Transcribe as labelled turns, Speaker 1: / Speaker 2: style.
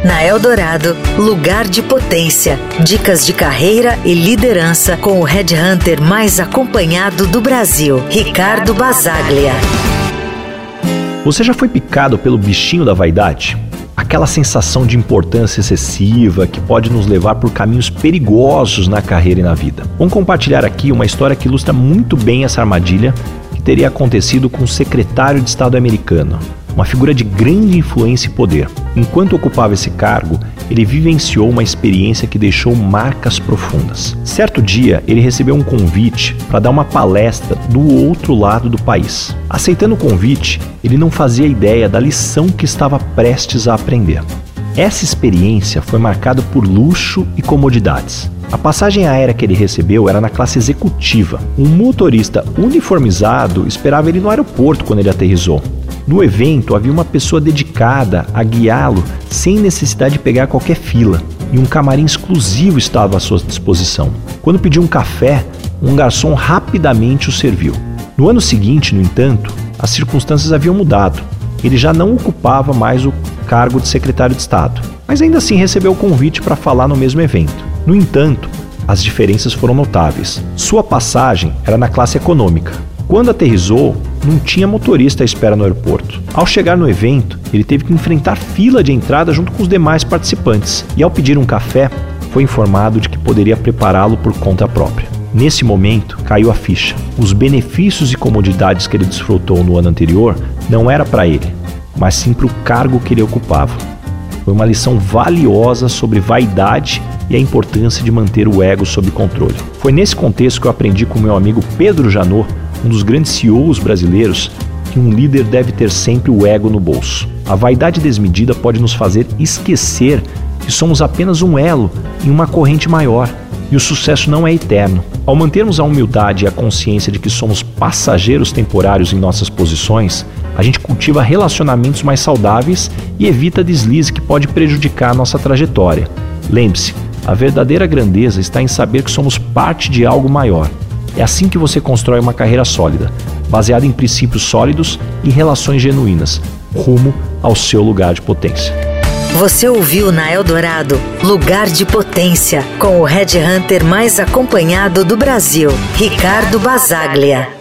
Speaker 1: Na Eldorado, Lugar de Potência. Dicas de carreira e liderança com o headhunter mais acompanhado do Brasil, Ricardo Bazzaglia.
Speaker 2: Você já foi picado pelo bichinho da vaidade? Aquela sensação de importância excessiva que pode nos levar por caminhos perigosos na carreira e na vida. Vamos compartilhar aqui uma história que ilustra muito bem essa armadilha que teria acontecido com o secretário de Estado americano, uma figura de grande influência e poder. Enquanto ocupava esse cargo, ele vivenciou uma experiência que deixou marcas profundas. Certo dia, ele recebeu um convite para dar uma palestra do outro lado do país. Aceitando o convite, ele não fazia ideia da lição que estava prestes a aprender. Essa experiência foi marcada por luxo e comodidades. A passagem aérea que ele recebeu era na classe executiva. Um motorista uniformizado esperava ele no aeroporto quando ele aterrissou. No evento, havia uma pessoa dedicada a guiá-lo sem necessidade de pegar qualquer fila, e um camarim exclusivo estava à sua disposição. Quando pediu um café, um garçom rapidamente o serviu. No ano seguinte, no entanto, as circunstâncias haviam mudado. Ele já não ocupava mais o cargo de secretário de Estado, mas ainda assim recebeu o convite para falar no mesmo evento. No entanto, as diferenças foram notáveis. Sua passagem era na classe econômica. Quando aterrissou, não tinha motorista à espera no aeroporto. Ao chegar no evento, ele teve que enfrentar fila de entrada junto com os demais participantes e, ao pedir um café, foi informado de que poderia prepará-lo por conta própria. Nesse momento, caiu a ficha. Os benefícios e comodidades que ele desfrutou no ano anterior não era para ele, mas sim para o cargo que ele ocupava. Foi uma lição valiosa sobre vaidade e a importância de manter o ego sob controle. Foi nesse contexto que eu aprendi com meu amigo Pedro Janot, um dos grandes CEOs brasileiros, que um líder deve ter sempre o ego no bolso. A vaidade desmedida pode nos fazer esquecer que somos apenas um elo em uma corrente maior, e o sucesso não é eterno. Ao mantermos a humildade e a consciência de que somos passageiros temporários em nossas posições, a gente cultiva relacionamentos mais saudáveis e evita deslize que pode prejudicar a nossa trajetória. Lembre-se, a verdadeira grandeza está em saber que somos parte de algo maior. É assim que você constrói uma carreira sólida, baseada em princípios sólidos e relações genuínas, rumo ao seu lugar de potência.
Speaker 1: Você ouviu na Eldorado Lugar de Potência, com o headhunter mais acompanhado do Brasil, Ricardo Bazzaglia.